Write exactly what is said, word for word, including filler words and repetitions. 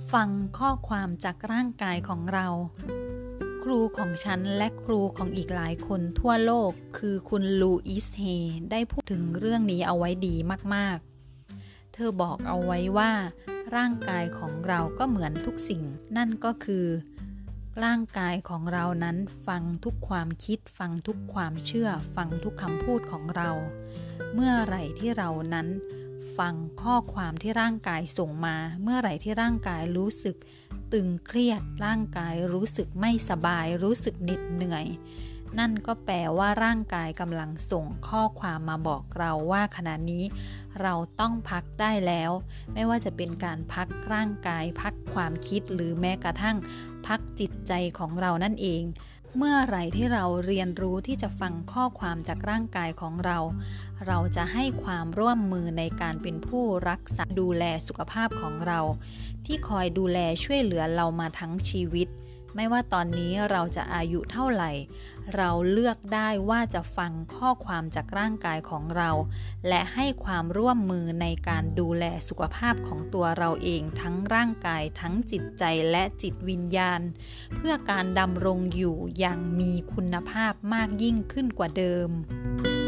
ฟังข้อความจากร่างกายของเราครูของฉันและครูของอีกหลายคนทั่วโลกคือคุณลูอิสเฮได้พูดถึงเรื่องนี้เอาไว้ดีมากๆเธอบอกเอาไว้ว่าร่างกายของเราก็เหมือนทุกสิ่งนั่นก็คือร่างกายของเรานั้นฟังทุกความคิดฟังทุกความเชื่อฟังทุกคำพูดของเราเมื่อไหร่ที่เรานั้นฟังข้อความที่ร่างกายส่งมาเมื่อไหร่ที่ร่างกายรู้สึกตึงเครียดร่างกายรู้สึกไม่สบายรู้สึกเหน็ดเหนื่อยนั่นก็แปลว่าร่างกายกำลังส่งข้อความมาบอกเราว่าขณะนี้เราต้องพักได้แล้วไม่ว่าจะเป็นการพักร่างกายพักความคิดหรือแม้กระทั่งพักจิตใจของเรานั่นเองเมื่อไหร่ที่เราเรียนรู้ที่จะฟังข้อความจากร่างกายของเราเราจะให้ความร่วมมือในการเป็นผู้รักษาดูแลสุขภาพของเราที่คอยดูแลช่วยเหลือเรามาทั้งชีวิตไม่ว่าตอนนี้เราจะอายุเท่าไหร่เราเลือกได้ว่าจะฟังข้อความจากร่างกายของเราและให้ความร่วมมือในการดูแลสุขภาพของตัวเราเองทั้งร่างกายทั้งจิตใจและจิตวิญญาณเพื่อการดำรงอยู่อย่างมีคุณภาพมากยิ่งขึ้นกว่าเดิม